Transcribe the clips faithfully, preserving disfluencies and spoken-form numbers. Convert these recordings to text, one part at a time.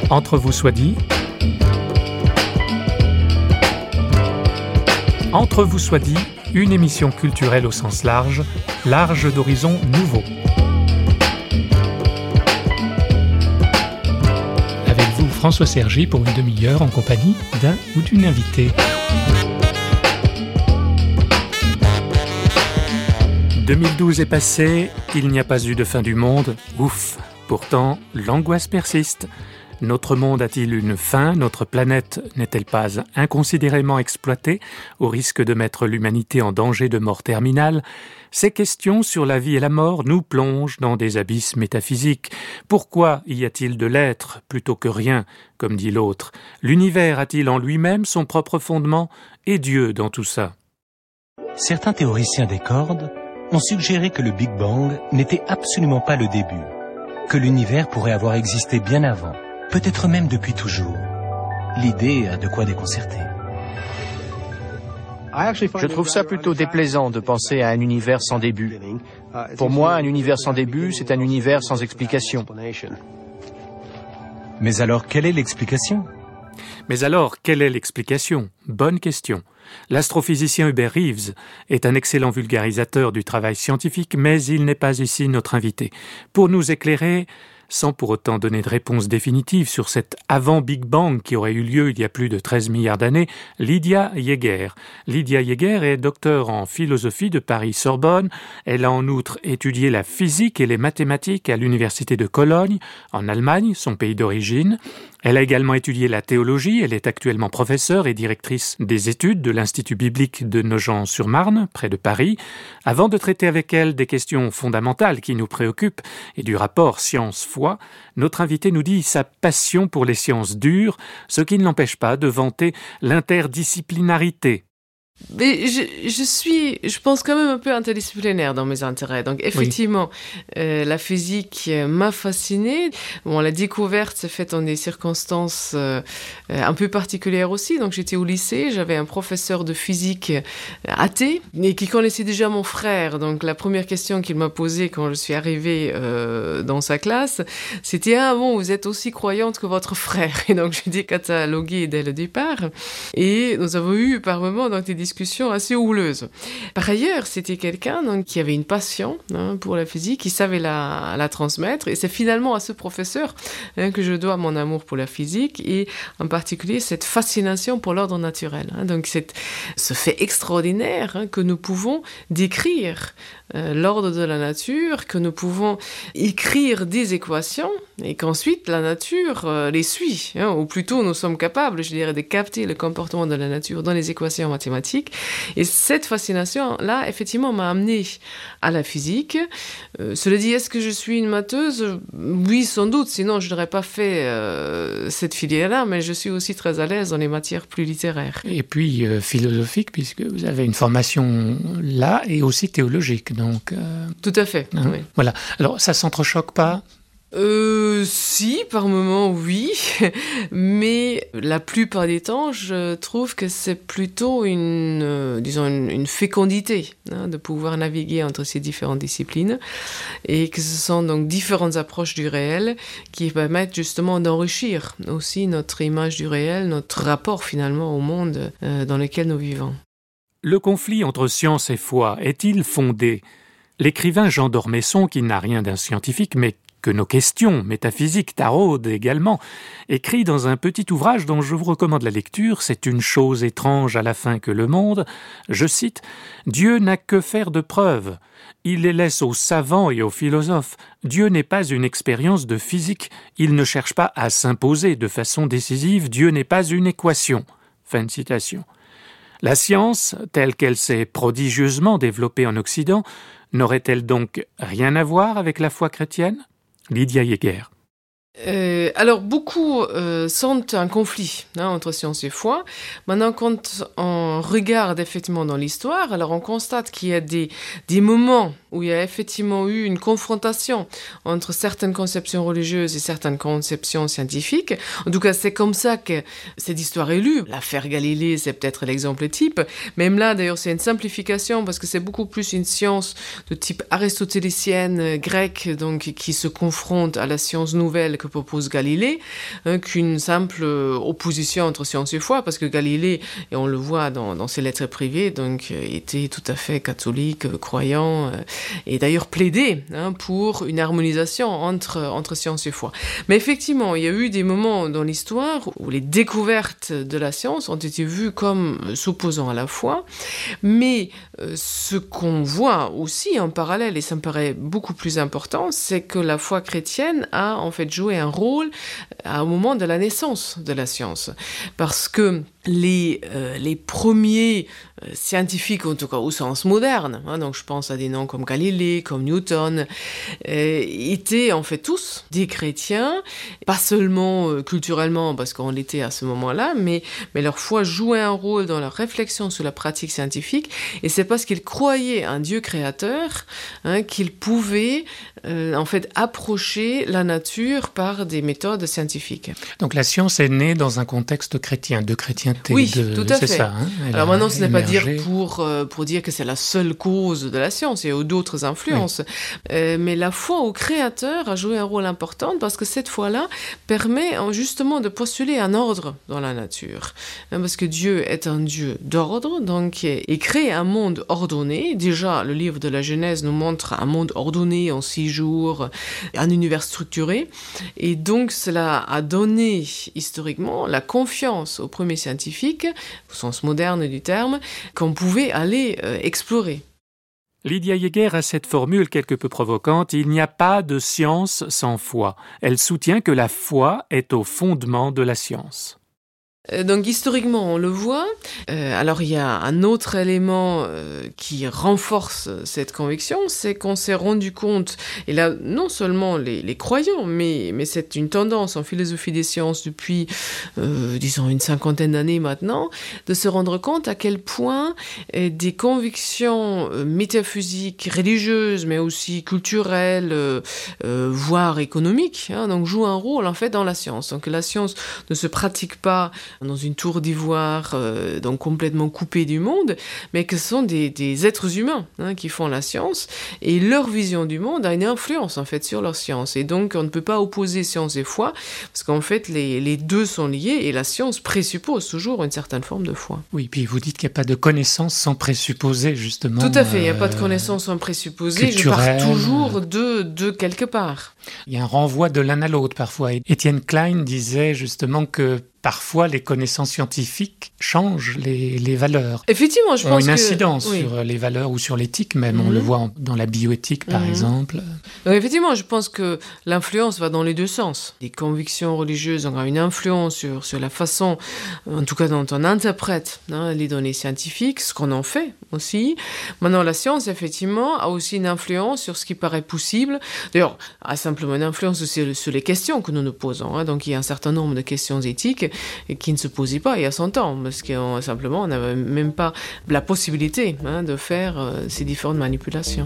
Entre vous soit dit. Entre vous soit dit, une émission culturelle au sens large, large d'horizons nouveaux. Avec vous, François Sergi, pour une demi-heure en compagnie d'un ou d'une invitée. deux mille douze est passé, il n'y a pas eu de fin du monde, ouf. Pourtant, l'angoisse persiste. Notre monde a-t-il une fin ? Notre planète n'est-elle pas inconsidérément exploitée, au risque de mettre l'humanité en danger de mort terminale ? Ces questions sur la vie et la mort nous plongent dans des abysses métaphysiques. Pourquoi y a-t-il de l'être plutôt que rien, comme dit l'autre ? L'univers a-t-il en lui-même son propre fondement ? Et Dieu dans tout ça ? Certains théoriciens des cordes ont suggéré que le Big Bang n'était absolument pas le début, que l'univers pourrait avoir existé bien avant. Peut-être même depuis toujours. L'idée a de quoi déconcerter. Je trouve ça plutôt déplaisant de penser à un univers sans début. Pour moi, un univers sans début, c'est un univers sans explication. Mais alors, quelle est l'explication ? Mais alors, quelle est l'explication ? Bonne question. L'astrophysicien Hubert Reeves est un excellent vulgarisateur du travail scientifique, mais il n'est pas ici notre invité. Pour nous éclairer, sans pour autant donner de réponse définitive sur cet avant-Big Bang qui aurait eu lieu il y a plus de treize milliards d'années, Lydia Jaeger. Lydia Jaeger est docteure en philosophie de Paris-Sorbonne. Elle a en outre étudié la physique et les mathématiques à l'université de Cologne, en Allemagne, son pays d'origine. Elle a également étudié la théologie. Elle est actuellement professeure et directrice des études de l'Institut biblique de Nogent-sur-Marne, près de Paris. Avant de traiter avec elle des questions fondamentales qui nous préoccupent et du rapport science-foi, notre invité nous dit sa passion pour les sciences dures, ce qui ne l'empêche pas de vanter l'interdisciplinarité. Mais je, je suis, je pense quand même un peu interdisciplinaire dans mes intérêts. Donc effectivement, oui. euh, la physique m'a fascinée. Bon, la découverte s'est faite dans des circonstances euh, un peu particulières aussi. Donc j'étais au lycée, j'avais un professeur de physique athée, mais qui connaissait déjà mon frère. Donc la première question qu'il m'a posée quand je suis arrivée euh, dans sa classe, c'était « Ah bon, vous êtes aussi croyante que votre frère ?» Et donc j'ai décatalogué dès le départ. Et nous avons eu par moments donc, des discussions assez houleuse. Par ailleurs, c'était quelqu'un donc, qui avait une passion hein, pour la physique, qui savait la, la transmettre, et c'est finalement à ce professeur hein, que je dois mon amour pour la physique, et en particulier cette fascination pour l'ordre naturel. Hein. Donc, c'est ce fait extraordinaire hein, que nous pouvons décrire euh, l'ordre de la nature, que nous pouvons écrire des équations, et qu'ensuite la nature euh, les suit, hein, ou plutôt nous sommes capables, je dirais, de capter le comportement de la nature dans les équations mathématiques. Et cette fascination-là, effectivement, m'a amenée à la physique. Euh, cela dit, est-ce que je suis une matheuse ? Oui, sans doute, sinon je n'aurais pas fait euh, cette filière-là, mais je suis aussi très à l'aise dans les matières plus littéraires. Et puis euh, philosophique, puisque vous avez une formation là, et aussi théologique, donc... Euh... Tout à fait, hein, oui. Voilà. Alors, ça s'entrechoque pas ? Euh, si, par moments, oui, mais la plupart des temps, je trouve que c'est plutôt une, euh, disons, une, une fécondité hein, de pouvoir naviguer entre ces différentes disciplines et que ce sont donc différentes approches du réel qui permettent justement d'enrichir aussi notre image du réel, notre rapport finalement au monde euh, dans lequel nous vivons. Le conflit entre science et foi est-il fondé ? L'écrivain Jean d'Ormesson, qui n'a rien d'un scientifique, mais que nos questions métaphysiques taraudent également, écrit dans un petit ouvrage dont je vous recommande la lecture, c'est une chose étrange à la fin que le monde, je cite, « Dieu n'a que faire de preuves. Il les laisse aux savants et aux philosophes. Dieu n'est pas une expérience de physique. Il ne cherche pas à s'imposer de façon décisive. Dieu n'est pas une équation. » Fin de citation. La science, telle qu'elle s'est prodigieusement développée en Occident, n'aurait-elle donc rien à voir avec la foi chrétienne ? Lydia Jaeger. Euh, alors, beaucoup euh, sentent un conflit hein, entre science et foi. Maintenant, quand on regarde effectivement dans l'histoire, alors on constate qu'il y a des, des moments où il y a effectivement eu une confrontation entre certaines conceptions religieuses et certaines conceptions scientifiques. En tout cas, c'est comme ça que cette histoire est lue. L'affaire Galilée, c'est peut-être l'exemple type. Même là, d'ailleurs, c'est une simplification parce que c'est beaucoup plus une science de type aristotélicienne, grecque, donc qui se confronte à la science nouvelle que propose Galilée hein, qu'une simple opposition entre science et foi, parce que Galilée, et on le voit dans, dans ses lettres privées, donc était tout à fait catholique, croyant, et d'ailleurs plaidait hein, pour une harmonisation entre, entre science et foi. Mais effectivement, il y a eu des moments dans l'histoire où les découvertes de la science ont été vues comme s'opposant à la foi, mais euh, ce qu'on voit aussi en parallèle, et ça me paraît beaucoup plus important, c'est que la foi chrétienne a en fait joué un rôle à un moment de la naissance de la science. Parce que les, euh, les premiers euh, scientifiques, en tout cas au sens moderne, hein, donc je pense à des noms comme Galilée, comme Newton, euh, étaient en fait tous des chrétiens, pas seulement euh, culturellement, parce qu'on l'était à ce moment-là, mais, mais leur foi jouait un rôle dans leur réflexion sur la pratique scientifique, et c'est parce qu'ils croyaient un Dieu créateur hein, qu'ils pouvaient euh, en fait approcher la nature par des méthodes scientifiques. Donc la science est née dans un contexte chrétien, de chrétienté. Oui, de, tout à c'est fait. Ça, hein, Alors maintenant, ce n'est pas émergé. dire pour, euh, pour dire que c'est la seule cause de la science, il y a eu d'autres influences. Oui. Euh, mais la foi au créateur a joué un rôle important parce que cette foi-là permet justement de postuler un ordre dans la nature. Hein, parce que Dieu est un Dieu d'ordre, donc il crée un monde ordonné. Déjà, le livre de la Genèse nous montre un monde ordonné en six jours, un univers structuré. Et donc, cela a donné historiquement la confiance aux premiers scientifiques, au sens moderne du terme, qu'on pouvait aller euh, explorer. Lydia Jaeger a cette formule quelque peu provocante « Il n'y a pas de science sans foi ». Elle soutient que la foi est au fondement de la science. Donc historiquement, on le voit. Euh, alors il y a un autre élément euh, qui renforce cette conviction, c'est qu'on s'est rendu compte, et là non seulement les, les croyants, mais, mais c'est une tendance en philosophie des sciences depuis, euh, disons, une cinquantaine d'années maintenant, de se rendre compte à quel point euh, des convictions euh, métaphysiques, religieuses, mais aussi culturelles, euh, euh, voire économiques, hein, donc jouent un rôle en fait dans la science. Donc la science ne se pratique pas dans une tour d'ivoire, euh, donc complètement coupée du monde, mais que ce sont des, des êtres humains hein, qui font la science, et leur vision du monde a une influence en fait sur leur science. Et donc on ne peut pas opposer science et foi, parce qu'en fait les, les deux sont liés, et la science présuppose toujours une certaine forme de foi. Oui, puis vous dites qu'il n'y a pas de connaissance sans présupposer, justement. Tout à fait, il n'y a pas de connaissance sans présupposer, je pars toujours de, de quelque part. Il y a un renvoi de l'un à l'autre parfois. Étienne Klein disait justement que parfois, les connaissances scientifiques changent les, les valeurs. Effectivement, je ont pense une que... incidence oui. sur les valeurs ou sur l'éthique même. Mm-hmm. On le voit en, dans la bioéthique, par mm-hmm. exemple. Donc, effectivement, je pense que l'influence va dans les deux sens. Les convictions religieuses ont une influence sur, sur la façon, en tout cas dont on interprète hein, les données scientifiques, ce qu'on en fait aussi. Maintenant, la science, effectivement, a aussi une influence sur ce qui paraît possible. D'ailleurs, a simplement une influence aussi sur les questions que nous nous posons. Hein. Donc, il y a un certain nombre de questions éthiques qui ne se posaient pas il y a cent ans, parce qu'on simplement on n'avait même pas la possibilité hein, de faire euh, ces différentes manipulations.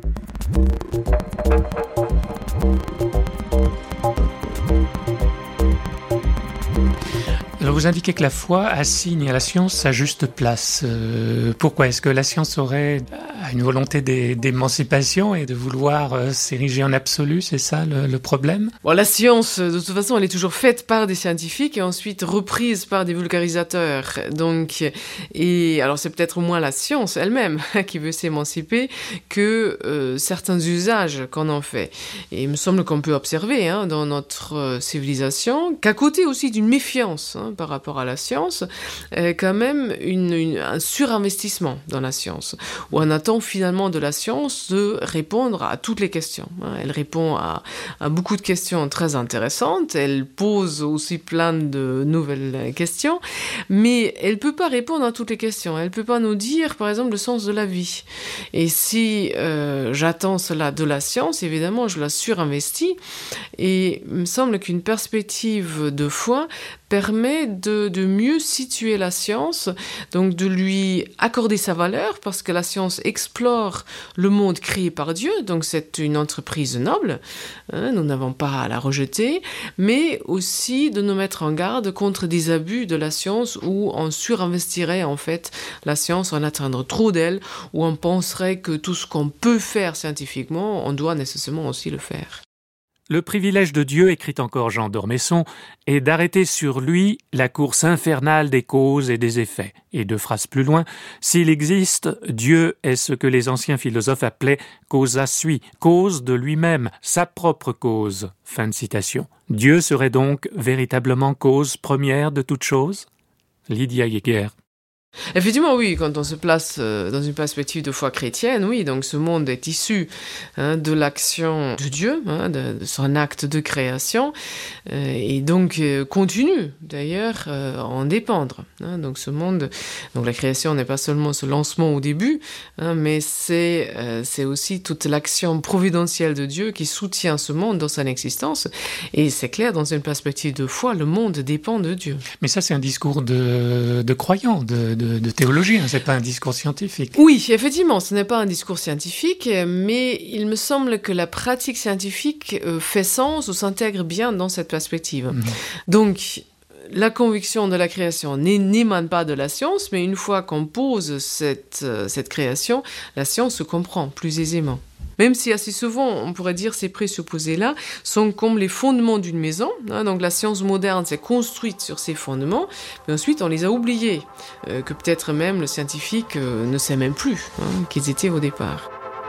Alors vous indiquez que la foi assigne à la science sa juste place. Euh, pourquoi ? Est-ce que la science aurait une volonté d'émancipation et de vouloir euh, s'ériger en absolu ? C'est ça le, le problème ? Bon, la science, de toute façon, elle est toujours faite par des scientifiques et ensuite reprise par des vulgarisateurs. Donc, et alors c'est peut-être moins la science elle-même qui veut s'émanciper que euh, certains usages qu'on en fait. Et il me semble qu'on peut observer hein, dans notre euh, civilisation qu'à côté aussi d'une méfiance hein, par rapport à la science, euh, quand même une, une, un surinvestissement dans la science, où on attend finalement de la science de répondre à toutes les questions. Hein. Elle répond à, à beaucoup de questions très intéressantes, elle pose aussi plein de nouvelles questions, mais elle ne peut pas répondre à toutes les questions, elle ne peut pas nous dire par exemple le sens de la vie. Et si euh, j'attends cela de la science, évidemment je la surinvestis, et il me semble qu'une perspective de foi permet de, de mieux situer la science, donc de lui accorder sa valeur, parce que la science explore le monde créé par Dieu, donc c'est une entreprise noble, hein, nous n'avons pas à la rejeter, mais aussi de nous mettre en garde contre des abus de la science où on surinvestirait en fait la science, en atteindre trop d'elle, où on penserait que tout ce qu'on peut faire scientifiquement, on doit nécessairement aussi le faire. Le privilège de Dieu, écrit encore Jean d'Ormesson, est d'arrêter sur lui la course infernale des causes et des effets. Et deux phrases plus loin, s'il existe, Dieu est ce que les anciens philosophes appelaient causa sui, cause de lui-même, sa propre cause. Fin de citation. Dieu serait donc véritablement cause première de toute chose? Lydia Jaeger. Effectivement, oui, quand on se place euh, dans une perspective de foi chrétienne, oui, donc ce monde est issu hein, de l'action de Dieu, hein, de, de son acte de création, euh, et donc euh, continue d'ailleurs euh, à en dépendre. Hein, donc ce monde, donc la création n'est pas seulement ce lancement au début, hein, mais c'est, euh, c'est aussi toute l'action providentielle de Dieu qui soutient ce monde dans son existence, et c'est clair, dans une perspective de foi, le monde dépend de Dieu. Mais ça, c'est un discours de, de croyant, de, de De, de théologie, hein, c'est pas un discours scientifique. Oui, effectivement, ce n'est pas un discours scientifique, mais il me semble que la pratique scientifique euh, fait sens ou s'intègre bien dans cette perspective. Mmh. Donc, la conviction de la création n'émane pas de la science, mais une fois qu'on pose cette, euh, cette création, la science se comprend plus aisément. Même si assez souvent, on pourrait dire ces présupposés-là sont comme les fondements d'une maison. Hein, donc la science moderne s'est construite sur ces fondements, mais ensuite on les a oubliés, euh, que peut-être même le scientifique euh, ne sait même plus hein, qu'ils étaient au départ.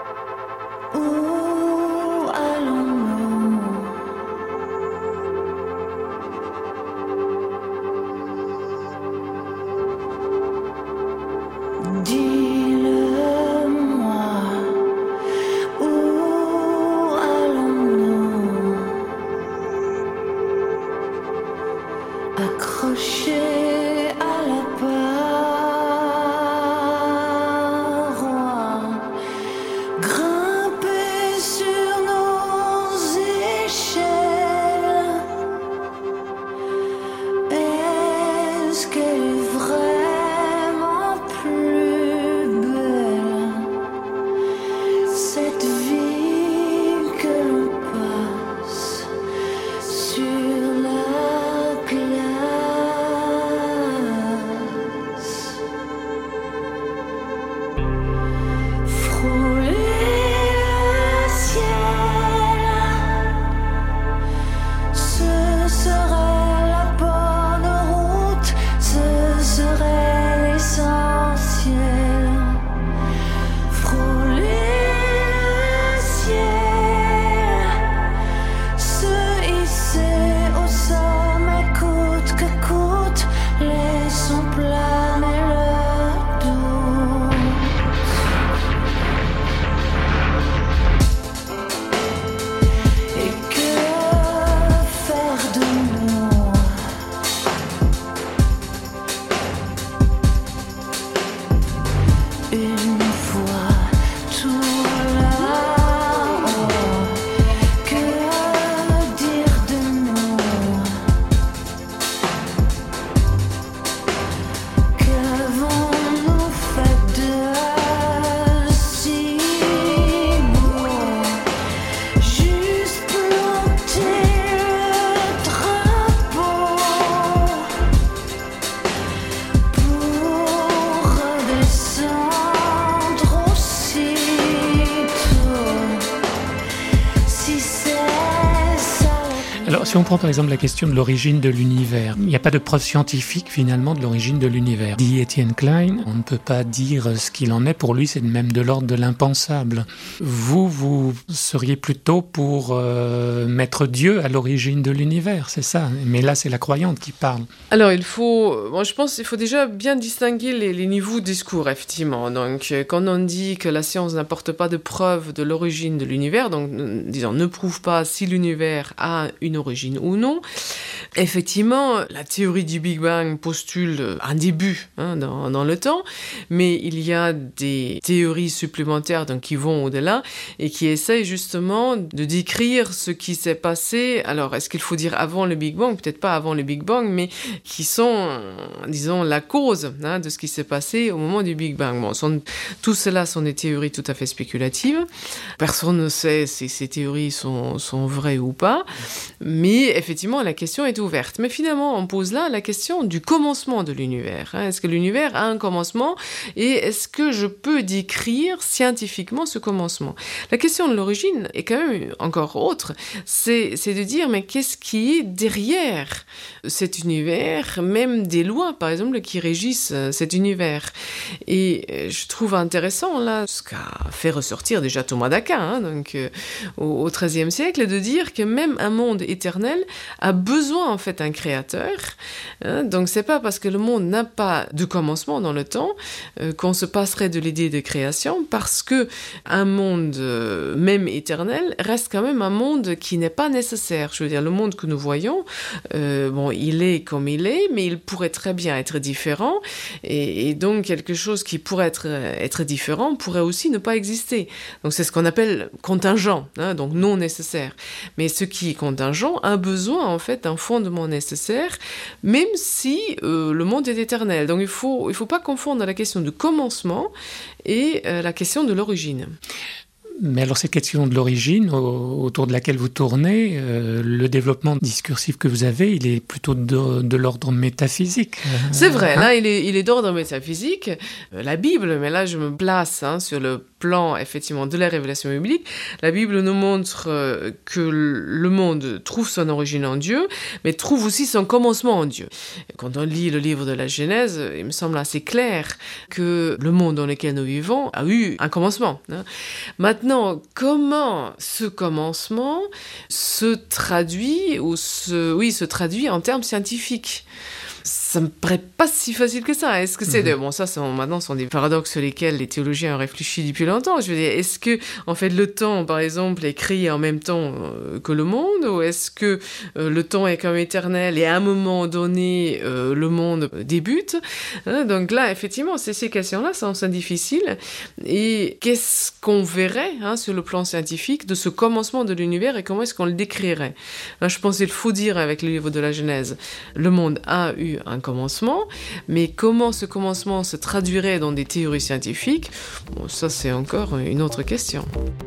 Si on prend par exemple la question de l'origine de l'univers, il n'y a pas de preuve scientifique finalement de l'origine de l'univers. Dit Étienne Klein, on ne peut pas dire ce qu'il en est, pour lui c'est même de l'ordre de l'impensable. Vous, vous seriez plutôt pour euh, mettre Dieu à l'origine de l'univers, c'est ça? Mais là c'est la croyante qui parle. Alors il faut, moi je pense qu'il faut déjà bien distinguer les, les niveaux de discours effectivement. Donc quand on dit que la science n'apporte pas de preuve de l'origine de l'univers, donc disons ne prouve pas si l'univers a une origine ou non. Effectivement, la théorie du Big Bang postule un début hein, dans, dans le temps, mais il y a des théories supplémentaires donc, qui vont au-delà et qui essayent justement de décrire ce qui s'est passé. Alors, est-ce qu'il faut dire avant le Big Bang? Peut-être pas avant le Big Bang, mais qui sont, disons, la cause hein, de ce qui s'est passé au moment du Big Bang. Bon, sont, tout cela sont des théories tout à fait spéculatives. Personne ne sait si ces théories sont, sont vraies ou pas, mais effectivement, la question est ouverte. Mais finalement, on pose là la question du commencement de l'univers. Hein. Est-ce que l'univers a un commencement et est-ce que je peux décrire scientifiquement ce commencement? La question de l'origine est quand même encore autre. C'est, c'est de dire, mais qu'est-ce qui est derrière cet univers, même des lois, par exemple, qui régissent cet univers? Et je trouve intéressant, là, ce qu'a fait ressortir déjà Thomas d'Aquin, hein, donc, euh, au treizième siècle, de dire que même un monde éternel a besoin, en fait, d'un créateur. Hein, donc, c'est pas parce que le monde n'a pas de commencement dans le temps euh, qu'on se passerait de l'idée de création, parce que un monde, euh, même éternel, reste quand même un monde qui n'est pas nécessaire. Je veux dire, le monde que nous voyons, euh, bon, il est comme il est, mais il pourrait très bien être différent, et, et donc quelque chose qui pourrait être, être différent pourrait aussi ne pas exister. Donc c'est ce qu'on appelle contingent, hein, donc non nécessaire. Mais ce qui est contingent a besoin en fait d'un fondement nécessaire, même si euh, le monde est éternel. Donc il faut, il faut pas confondre la question du commencement et euh, la question de l'origine. Mais alors cette question de l'origine au, autour de laquelle vous tournez, euh, le développement discursif que vous avez, il est plutôt de, de l'ordre métaphysique. C'est vrai, hein? Là il est, il est d'ordre métaphysique. Euh, la Bible, mais là je me place hein, sur le plan effectivement de la révélation biblique. La Bible nous montre euh, que le monde trouve son origine en Dieu, mais trouve aussi son commencement en Dieu. Quand on lit le livre de la Genèse, il me semble assez clair que le monde dans lequel nous vivons a eu un commencement. Hein. Maintenant, comment ce commencement se traduit ou se, oui, se traduit en termes scientifiques? Ça me paraît pas si facile que ça. Est-ce que c'est... Mmh. De... Bon, ça, c'est, maintenant, ce sont des paradoxes sur lesquels les théologiens ont réfléchi depuis longtemps. Je veux dire, est-ce que, en fait, le temps, par exemple, est créé en même temps euh, que le monde? Ou est-ce que euh, le temps est comme éternel et à un moment donné, euh, le monde débute? Hein, donc là, effectivement, c'est ces questions-là sont, sont difficiles. Et qu'est-ce qu'on verrait hein, sur le plan scientifique de ce commencement de l'univers et comment est-ce qu'on le décrirait? Là, je pense qu'il faut dire avec le livre de la Genèse, le monde a eu un commencement, mais comment ce commencement se traduirait dans des théories scientifiques, bon, ça c'est encore une autre question.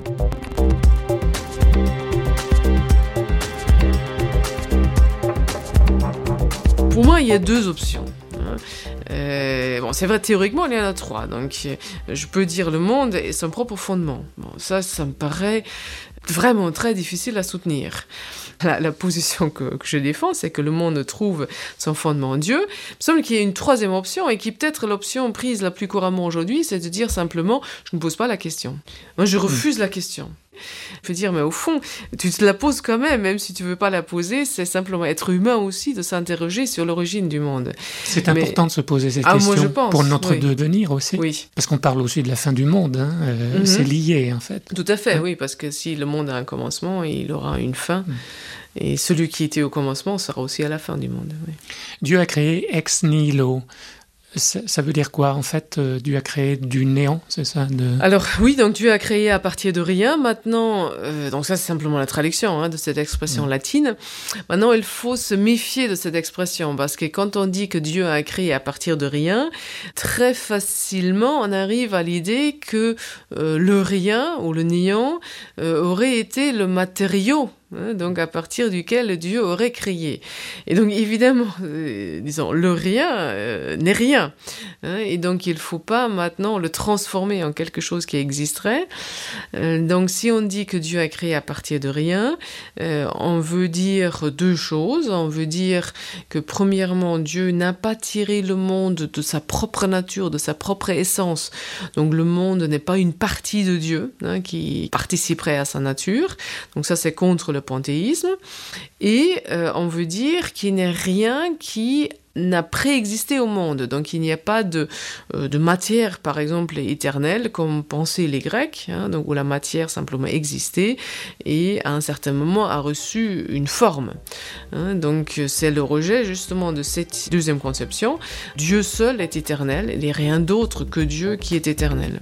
Pour moi, il y a deux options. Hein. Euh, bon, c'est vrai, théoriquement, il y en a trois. Donc, je peux dire le monde et son propre fondement. Bon, ça, ça me paraît vraiment très difficile à soutenir. La, la position que, que je défends, c'est que le monde trouve son fondement en Dieu. Il me semble qu'il y a une troisième option, et qui peut-être l'option prise la plus couramment aujourd'hui, c'est de dire simplement, je ne pose pas la question. Moi, je refuse mmh. la question. Je veux dire, mais au fond, tu te la poses quand même, même si tu ne veux pas la poser, c'est simplement être humain aussi de s'interroger sur l'origine du monde. C'est mais... important de se poser cette ah, question moi, je pense, pour notre oui. devenir aussi. Oui. Parce qu'on parle aussi de la fin du monde, hein. euh, mm-hmm. c'est lié en fait. Tout à fait, hein? Oui, parce que si le monde a un commencement, il aura une fin. Mm. Et celui qui était au commencement sera aussi à la fin du monde. Oui. Dieu a créé ex nihilo. Ça, ça veut dire quoi, en fait, euh, Dieu a créé du néant, c'est ça de... Alors, oui, donc Dieu a créé à partir de rien. Maintenant, euh, donc ça, c'est simplement la traduction hein, de cette expression mmh. latine. Maintenant, il faut se méfier de cette expression, parce que quand on dit que Dieu a créé à partir de rien, très facilement, on arrive à l'idée que euh, le rien, ou le néant, euh, aurait été le matériau Hein, donc à partir duquel Dieu aurait créé. Et donc évidemment, euh, disons, le rien euh, n'est rien. Hein, et donc il ne faut pas maintenant le transformer en quelque chose qui existerait. Euh, donc si on dit que Dieu a créé à partir de rien, euh, on veut dire deux choses. On veut dire que premièrement, Dieu n'a pas tiré le monde de sa propre nature, de sa propre essence. Donc le monde n'est pas une partie de Dieu hein, qui participerait à sa nature. Donc ça c'est contre le panthéisme, et euh, on veut dire qu'il n'est rien qui n'a préexisté au monde. Donc il n'y a pas de, euh, de matière, par exemple, éternelle, comme pensaient les Grecs, hein, donc où la matière simplement existait et à un certain moment a reçu une forme. Hein, donc c'est le rejet justement de cette deuxième conception. Dieu seul est éternel, il n'y a rien d'autre que Dieu qui est éternel.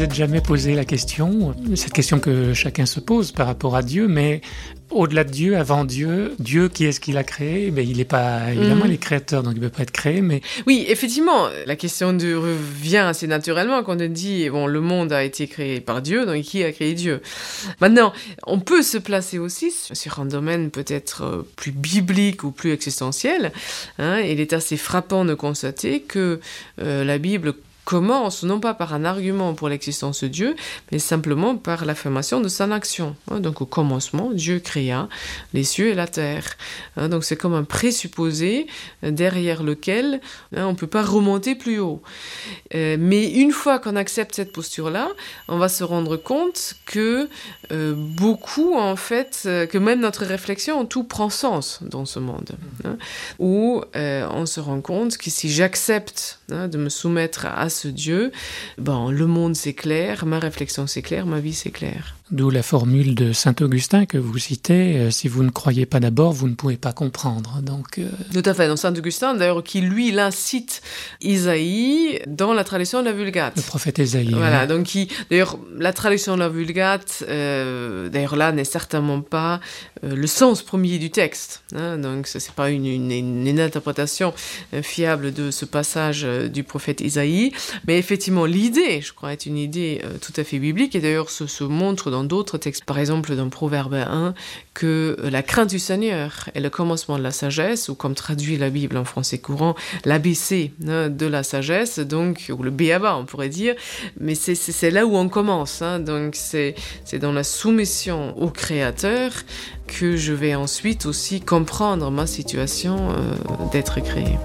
êtes jamais posé la question, cette question que chacun se pose par rapport à Dieu, mais au-delà de Dieu, avant Dieu, Dieu, qui est-ce qu'il a créé? Ben, il n'est pas, évidemment, mmh. il est créateur, donc il ne peut pas être créé, mais... Oui, effectivement, la question de revient assez naturellement quand on dit, bon, le monde a été créé par Dieu, donc qui a créé Dieu? Maintenant, on peut se placer aussi sur un domaine peut-être plus biblique ou plus existentiel. Hein, il est assez frappant de constater que euh, la Bible commence non pas par un argument pour l'existence de Dieu, mais simplement par l'affirmation de son action. Donc au commencement, Dieu créa les cieux et la terre. Donc c'est comme un présupposé derrière lequel on ne peut pas remonter plus haut. Mais une fois qu'on accepte cette posture-là, on va se rendre compte que beaucoup, en fait, que même notre réflexion, tout prend sens dans ce monde. Où on se rend compte que si j'accepte de me soumettre à ce Dieu, bon, le monde c'est clair, ma réflexion c'est clair, ma vie c'est clair. D'où la formule de saint Augustin que vous citez, euh, si vous ne croyez pas d'abord, vous ne pouvez pas comprendre. Donc, euh... Tout à fait, donc saint Augustin d'ailleurs qui lui là cite Isaïe dans la tradition de la Vulgate. Le prophète Isaïe. Voilà, ouais. donc qui, d'ailleurs la tradition de la Vulgate, euh, d'ailleurs là n'est certainement pas euh, le sens premier du texte. Hein, donc ce n'est pas une, une, une interprétation euh, fiable de ce passage euh, du prophète Isaïe, mais effectivement l'idée, je crois, est une idée euh, tout à fait biblique et d'ailleurs se, se montre dans dans d'autres textes, par exemple dans Proverbe un, que la crainte du Seigneur est le commencement de la sagesse, ou comme traduit la Bible en français courant, l'A B C hein, de la sagesse, donc, ou le B A B A on pourrait dire, mais c'est, c'est, c'est là où on commence, hein, donc c'est, c'est dans la soumission au Créateur que je vais ensuite aussi comprendre ma situation euh, d'être créé.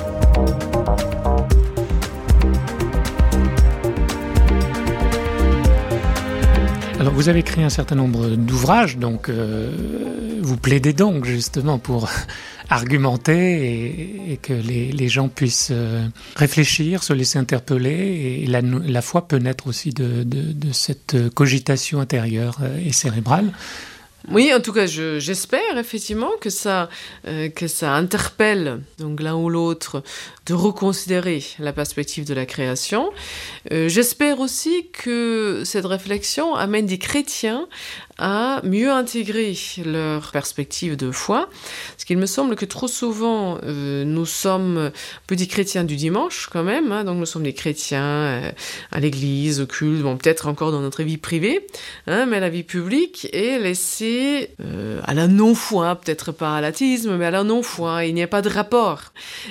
Alors, vous avez créé un certain nombre d'ouvrages, donc euh, vous plaidez donc justement pour argumenter et, et que les, les gens puissent euh, réfléchir, se laisser interpeller, et la, la foi peut naître aussi de, de, de cette cogitation intérieure et cérébrale. Oui, en tout cas, je, j'espère effectivement que ça, euh, que ça interpelle donc l'un ou l'autre de reconsidérer la perspective de la création. Euh, j'espère aussi que cette réflexion amène des chrétiens à mieux intégrer leur perspective de foi, parce qu'il me semble que trop souvent euh, nous sommes petits chrétiens du dimanche quand même, hein, donc nous sommes des chrétiens euh, à l'église, au culte, bon peut-être encore dans notre vie privée, hein, mais la vie publique est laissée euh, à la non-foi, peut-être pas à l'athéisme, mais à la non-foi, il n'y a pas de rapport.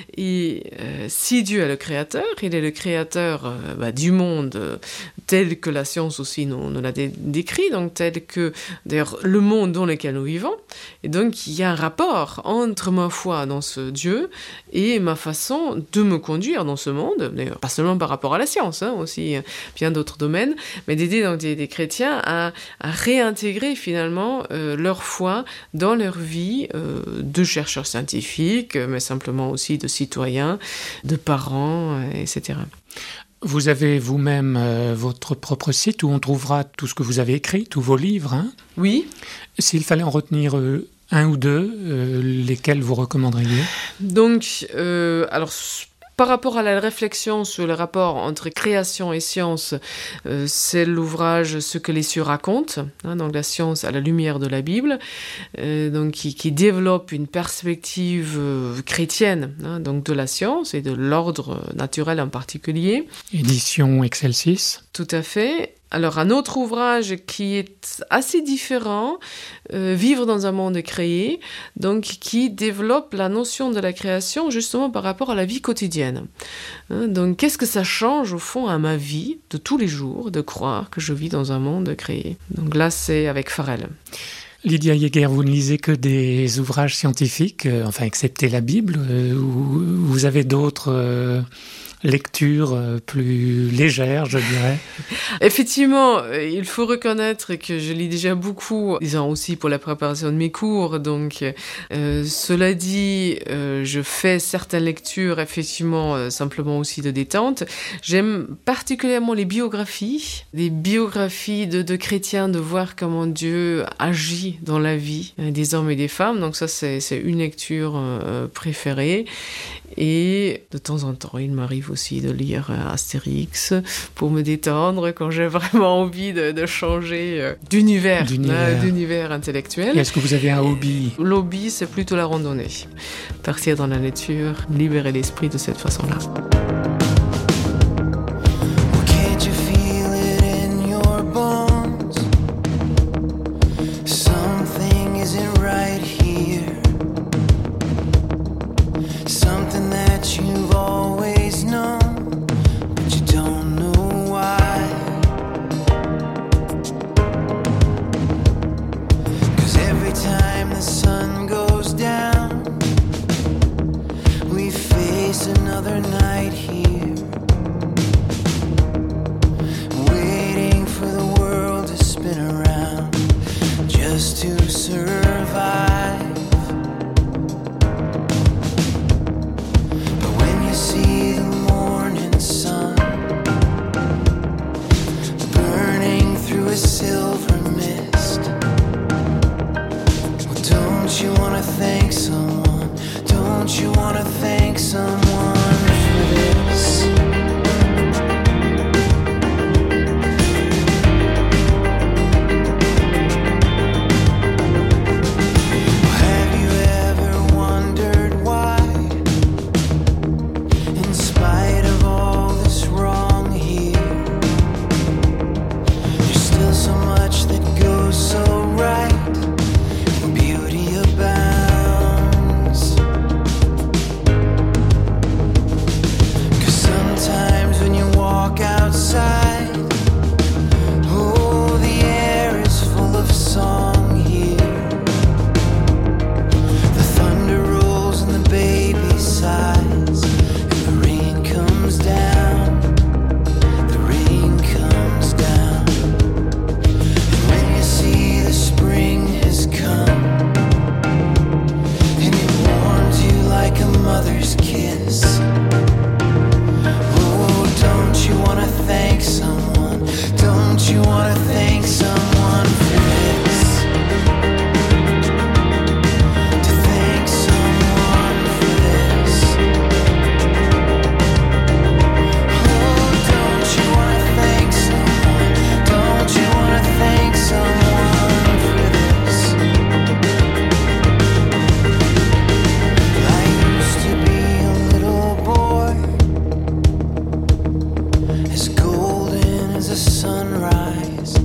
Et euh, si Dieu est le créateur, il est le créateur euh, bah, du monde euh, tel que la science aussi nous, nous l'a dé- décrit, donc tel que d'ailleurs le monde dans lequel nous vivons, et donc il y a un rapport entre ma foi dans ce Dieu et ma façon de me conduire dans ce monde, d'ailleurs pas seulement par rapport à la science, hein, aussi bien d'autres domaines, mais d'aider donc des, des chrétiens à, à réintégrer finalement euh, leur foi dans leur vie euh, de chercheurs scientifiques, mais simplement aussi de citoyens, de parents, euh, et cetera. Vous avez vous-même euh, votre propre site où on trouvera tout ce que vous avez écrit, tous vos livres. Hein. Oui. S'il fallait en retenir euh, un ou deux, euh, lesquels vous recommanderiez? Donc, euh, alors... Par rapport à la réflexion sur le rapport entre création et science, euh, c'est l'ouvrage « Ce que les cieux racontent hein, », donc la science à la lumière de la Bible, euh, donc qui, qui développe une perspective euh, chrétienne hein, donc de la science et de l'ordre naturel en particulier. Édition Excelsis. Tout à fait. Alors, un autre ouvrage qui est assez différent, euh, Vivre dans un monde créé, donc qui développe la notion de la création justement par rapport à la vie quotidienne. Hein, donc, qu'est-ce que ça change au fond à ma vie de tous les jours de croire que je vis dans un monde créé? Donc là, c'est avec Farrell. Lydia Jaeger, vous ne lisez que des ouvrages scientifiques, euh, enfin, excepté la Bible, euh, ou vous avez d'autres... Euh lecture plus légère, je dirais. Effectivement, il faut reconnaître que je lis déjà beaucoup, disons aussi pour la préparation de mes cours. Donc, euh, cela dit, euh, je fais certaines lectures, effectivement, euh, simplement aussi de détente. J'aime particulièrement les biographies, les biographies de, de chrétiens, de voir comment Dieu agit dans la vie euh, des hommes et des femmes. Donc ça, c'est, c'est une lecture euh, préférée. Et de temps en temps, il m'arrive aussi aussi de lire Astérix pour me détendre quand j'ai vraiment envie de, de changer d'univers, d'univers. Euh, d'univers intellectuel. Et est-ce que vous avez un hobby ? L'hobby, c'est plutôt la randonnée. Partir dans la nature, libérer l'esprit de cette façon-là. Another night here, waiting for the world to spin around just to survive. But when you see the morning sun burning through a silver mist, well, don't you want to thank someone? Don't you want to thank someone for this? Have you ever wondered why, in spite of all this wrong here, there's still so much that goes so right, and beauty abounds? Sometimes when you walk outside, oh, the air is full of song here. The thunder rolls and the baby sighs, and the rain comes down, the rain comes down. And when you see the spring has come, and it warms you like a mother's kiss, don't you want to thank someone? Don't you want to thank someone for this? To thank someone for this? Oh, don't you want to thank someone? Don't you want to thank someone for this? I used to be a little boy, as golden as a sunrise,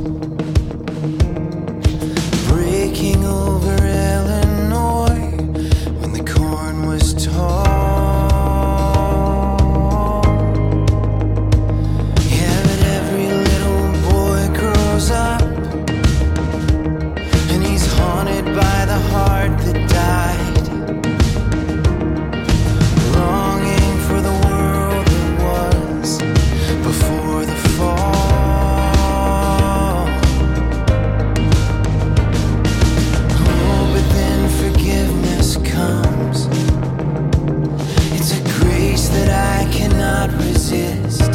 breaking over Illinois when the corn was tall. Yeah, but every little boy grows up, and he's haunted by the heart that died, longing for the world that was before the fall. Oh, but then forgiveness comes. It's a grace that I cannot resist.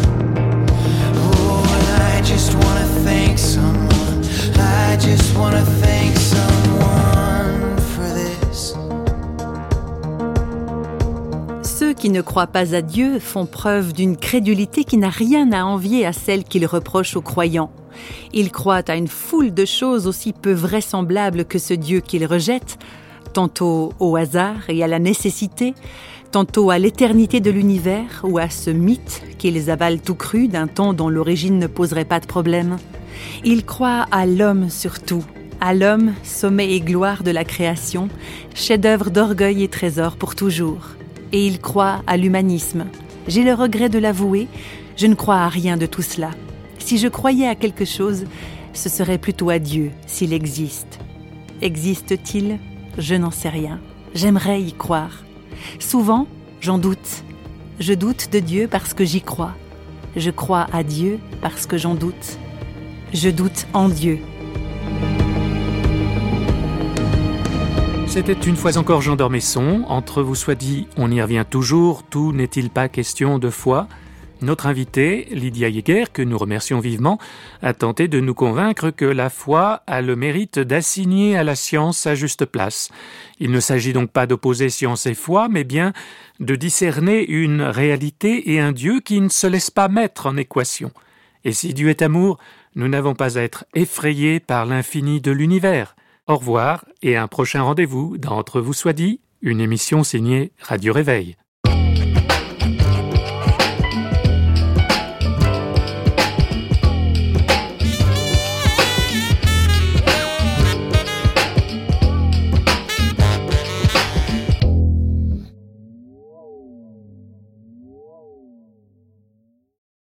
Oh, and I just want to thank someone. I just want to thank someone for this. Ceux qui ne croient pas à Dieu font preuve d'une crédulité qui n'a rien à envier à celle qu'ils reprochent aux croyants. Ils croient à une foule de choses aussi peu vraisemblables que ce Dieu qu'ils rejettent, tantôt au hasard et à la nécessité, tantôt à l'éternité de l'univers ou à ce mythe qu'ils avalent tout cru d'un temps dont l'origine ne poserait pas de problème. Ils croient à l'homme surtout, à l'homme, sommet et gloire de la création, chef-d'œuvre d'orgueil et trésor pour toujours. Et ils croient à l'humanisme. J'ai le regret de l'avouer, je ne crois à rien de tout cela. Si je croyais à quelque chose, ce serait plutôt à Dieu, s'il existe. Existe-t-il ? Je n'en sais rien. J'aimerais y croire. Souvent, j'en doute. Je doute de Dieu parce que j'y crois. Je crois à Dieu parce que j'en doute. Je doute en Dieu. C'était une fois encore Jean d'Ormesson. Entre vous soit dit, on y revient toujours. Tout n'est-il pas question de foi ? Notre invitée, Lydia Jäger, que nous remercions vivement, a tenté de nous convaincre que la foi a le mérite d'assigner à la science sa juste place. Il ne s'agit donc pas d'opposer science et foi, mais bien de discerner une réalité et un Dieu qui ne se laisse pas mettre en équation. Et si Dieu est amour, nous n'avons pas à être effrayés par l'infini de l'univers. Au revoir et à un prochain rendez-vous dans Entre vous soit dit, une émission signée Radio Réveil.